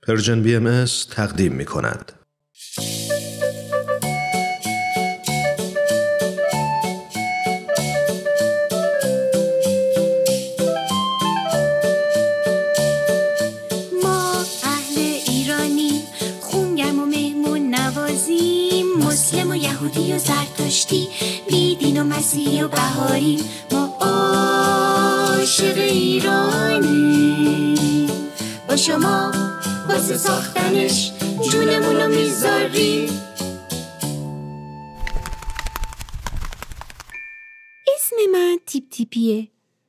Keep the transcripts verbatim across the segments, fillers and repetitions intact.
پرژن بی ام اس تقدیم می کند. ما اهل ایرانی، خونگرم و مهمون نوازیم، مسلم و یهودی و زرتشتی، بیدین و مسیحی و بهاری. ما عاشق ایرانی، با شما واسه ساختنش جونمونو میذاریم. اسم من تیپ تیپیه.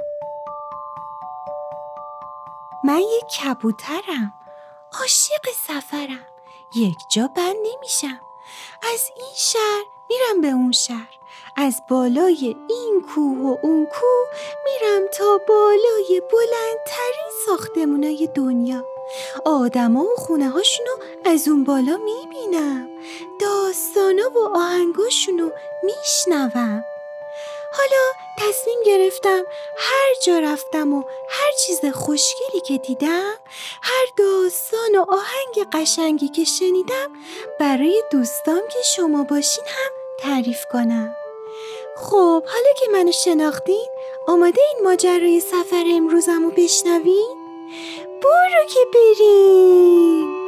من یک کبوترم، عاشق سفرم، یک جا بند نمیشم. از این شهر میرم به اون شهر، از بالای این کوه و اون کوه میرم تا بالای بلندترین ساختمونای دنیا. آدما و خونه هاشونو از اون بالا میبینم، داستانا و آهنگاشونو میشنوم. حالا تصمیم گرفتم هر جا رفتم و هر چیز خوشگلی که دیدم، هر داستان و آهنگ قشنگی که شنیدم، برای دوستام که شما باشین هم تعریف کنم. خب حالا که منو شناختین، آماده این ماجرای سفر امروزمو بشنوین؟ برو که بریم.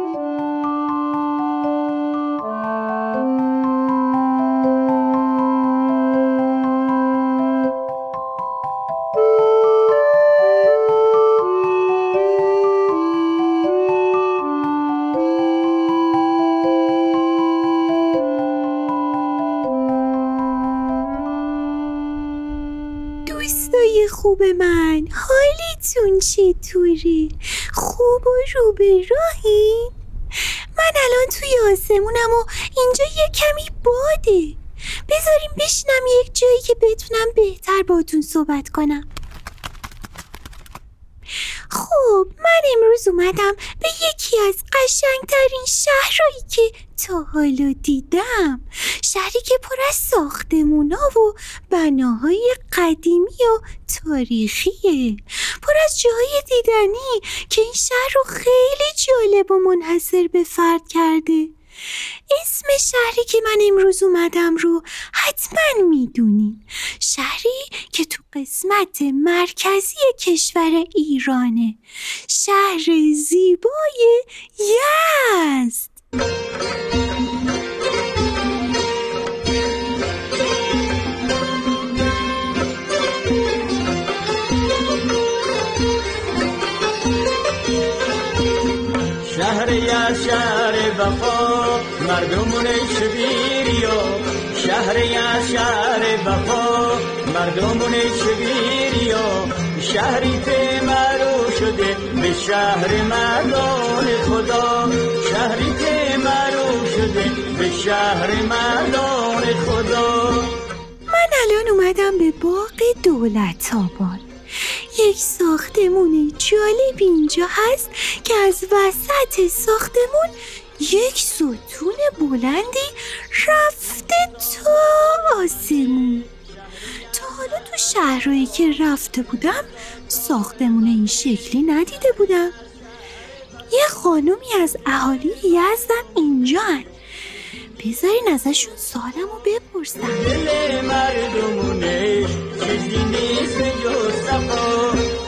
دوستای خوب من، حالتون چطوره؟ خوب و رو به راهین؟ من الان توی آسمونم و اینجا یه کمی باده. بذاریم بشینم یک جایی که بتونم بهتر باتون صحبت کنم. خب من امروز اومدم به یکی از قشنگترین شهرهایی که تا حالا دیدم. شهری که پر از ساختمونا و بناهای قدیمی و تاریخیه، پر از جاهای دیدنی که این شهر رو خیلی جالب و منحصر به فرد کرده. اسم شهری که من امروز اومدم رو حتما میدونین، شهری که تو قسمت مرکزی کشور ایرانه، شهر زیبای یزد. شهر یزد شهر وفا، مردمون شبیریا. شهر یزد شهر وفا، مردمون شبیریا. شهری که معروف شده به شهر مردان خدا. شهری که معروف شده به شهر مردان خدا. من الان اومدم به باغ دولت آباد. یک ساختمون جالب اینجا هست که از وسط ساختمون یک ستون بلندی رفته تا آسمون. تا حالا تو شهرهایی که رفته بودم ساختمون این شکلی ندیده بودم. یه خانومی از اهالی یزدم اینجا هن. بذارین ازشون سالمو بپرسم. دل مردمونه چیزی نیست جز صفا.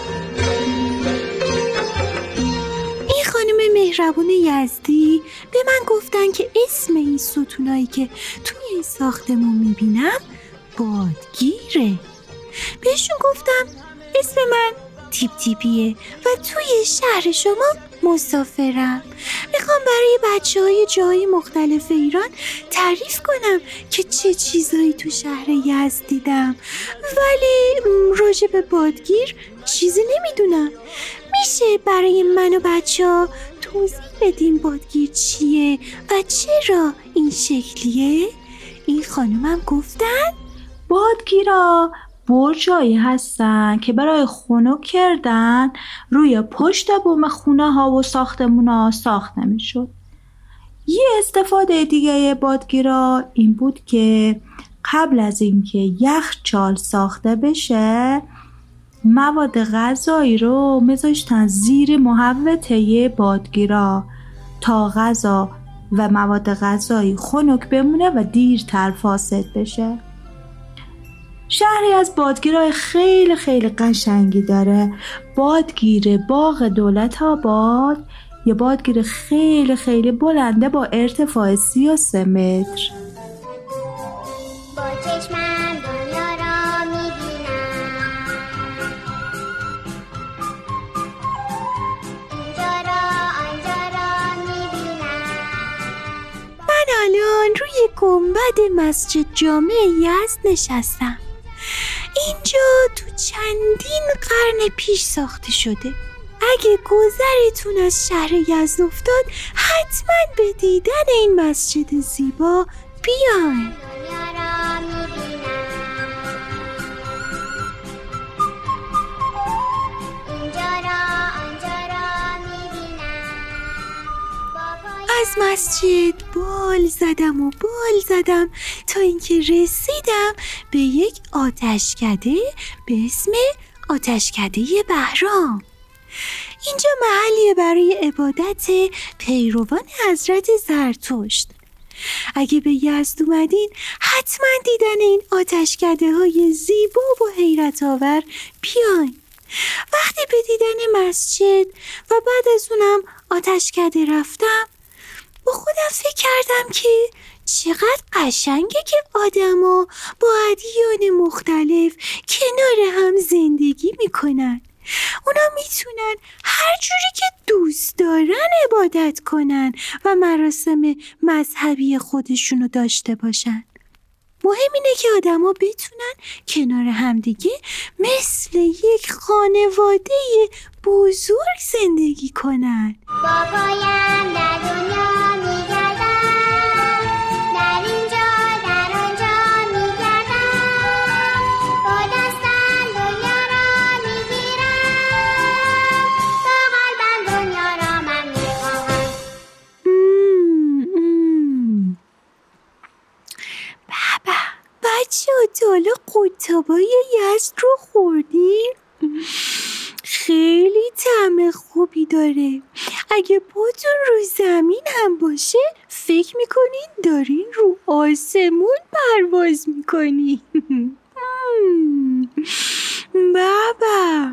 این خانم مهربون یزدی به من گفتن که اسم این ستونایی که توی این ساختمون میبینم بادگیره. بهشون گفتم اسم من تیپ تیپیه و توی شهر شما مسافرم. میخوام برای بچه های جایی مختلف ایران تعریف کنم که چه چیزایی تو شهر یزد دیدم، ولی راجع به بادگیر چیزی نمیدونم. میشه برای من و بچه ها توضیح بدیم بادگیر چیه و چرا این شکلیه؟ این خانومم گفتن بادگیرا برجایی هستن که برای خنک کردن روی پشت بوم خونه ها و ساختمون ها ساخته می شد. یه استفاده دیگه بادگیرا این بود که قبل از اینکه یخچال ساخته بشه مواد غذایی رو میذاشتن زیر محوطه بادگیرا تا غذا و مواد غذایی خنک بمونه و دیرتر فاسد بشه. شهری از بادگیرای خیلی خیلی قشنگی داره، بادگیر باغ دولت آباد، یه بادگیر خیلی خیلی بلنده با ارتفاع سی و سه متر. با چشمم دنیا را میبینم، اینجا را آنجا را میبینم. من الان روی گنبد مسجد جامع یزد نشستم. اینجا تو چندین قرن پیش ساخته شده. اگه گذرتون از شهر یزد افتاد حتما به دیدن این مسجد زیبا بیاین. دنیا را میبینم، اینجا را آنجا را میبینم. از مسجد بال زدم و بال زدم تا اینکه رسیدم به یک آتشکده به اسم آتشکده بهرام. اینجا محلیه برای عبادت پیروان حضرت زرتشت. اگه به یزد اومدین حتما دیدن این آتشکده های زیبا و حیرت آور بیاین. وقتی به دیدن مسجد و بعد از اونم آتشکده رفتم با خودم فکر کردم که چقدر قشنگه که آدما با ادیان مختلف کنار هم زندگی میکنن. اونا میتونن هر جوری که دوست دارن عبادت کنن و مراسم مذهبی خودشونو داشته باشن. مهم اینه که آدما بتونن کنار همدیگه مثل یک خانواده بزرگ زندگی کنن. با پایم در دنیا میگردم، در اینجا در آنجا میگردم، با دستم دنیا را میگیرم، با قلبم دنیا را من میخواهم. بابا بچه ها تا حالا قطابای یزد رو خوردیم؟ خیلی طعم خوبی داره. اگه پاتون رو زمین هم باشه فکر میکنین دارین رو آسمون پرواز میکنین. بابا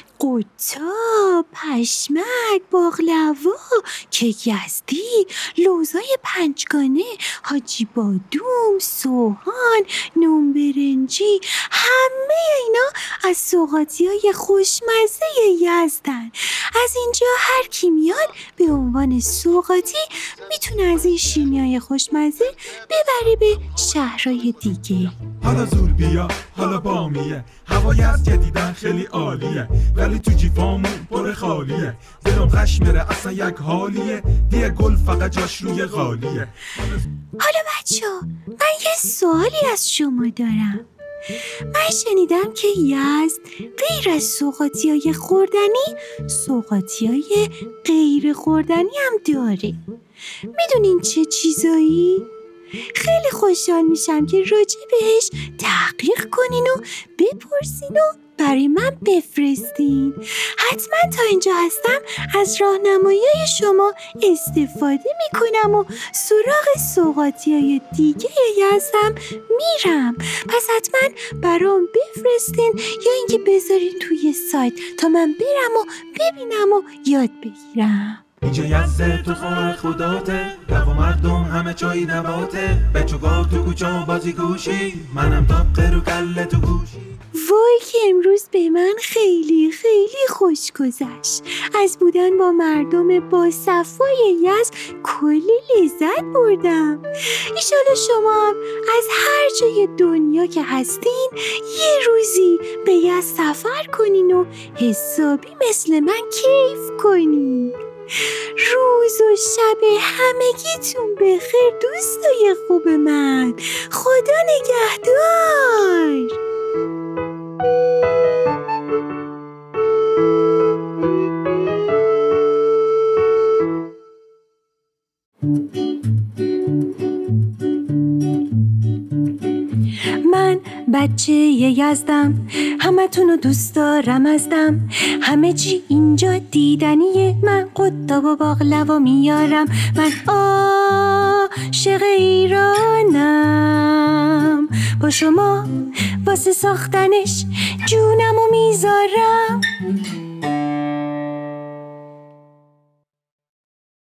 قطاب، پشمک، باقلوا، کیک یزدی، لوزای پنجگانه، حاجی بادوم، سوهان، نون برنجی، همه اینا از سوغاتی‌های خوشمزه یزدن. از اینجا هر کی میاد به عنوان سوغاتی میتونه از این شیمیای خوشمزه ببره به شهرهای دیگه. حالا زور بیا، حالا بامیه، هوای از جدیدن خیلی عالیه، ولی تو جیفامون پر خالیه، دلم خشمره اصلا یک حالیه، دیگه گل فقط جاش روی غالیه. حالا بچه ها من یه سوالی از شما دارم. من شنیدم که یزد غیر از سوغاتی های خوردنی سوغاتی های غیر خوردنی هم داره. میدونین چه چیزایی؟ خیلی خوشحال میشم که راجع بهش تحقیق کنین و بپرسین و برای من بفرستین. حتما تا اینجا هستم از راهنمایی‌های شما استفاده میکنم و سراغ سوغاتی‌های دیگه یزدم میرم. پس حتما برام بفرستین یا اینکه بذارین توی سایت تا من برم و ببینم و یاد بگیرم. اینجا یزده تو خونه خداته، لب و مردم همه چای نباته، بچوگاه تو کوچه و بازی گوشی، منم تاقه رو کله تو گوشی. وای که امروز به من خیلی خیلی خوش گذشت. از بودن با مردم با صفای یزد کلی لذت بردم. ایشالا شما هم از هر جای دنیا که هستین یه روزی به یزد سفر کنین و حسابی مثل من کیف کنین. روز و شب همگیتون بخیر دوستای خوب من. خدا نگهدار. من بچه یزدم، همه تونو دوست دارم ازدم، همه چی اینجا دیدنیه، من قطاب و باقلوا میارم، من عاشق ایرانم، با شما واسه ساختنش جونمو میذارم.